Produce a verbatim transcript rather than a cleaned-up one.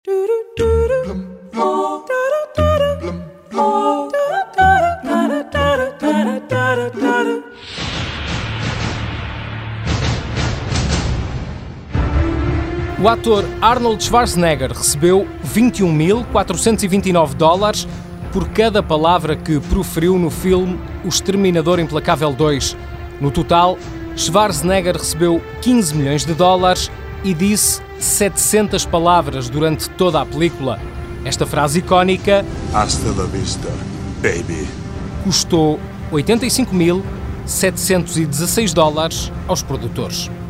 O ator Arnold Schwarzenegger recebeu vinte e um mil quatrocentos e vinte e nove dólares por cada palavra que proferiu no filme O Exterminador Implacável dois. No total, Schwarzenegger recebeu quinze milhões de dólares e disse setecentas palavras durante toda a película. Esta frase icónica Hasta la vista, baby. Custou oitenta e cinco mil setecentos e dezasseis dólares aos produtores.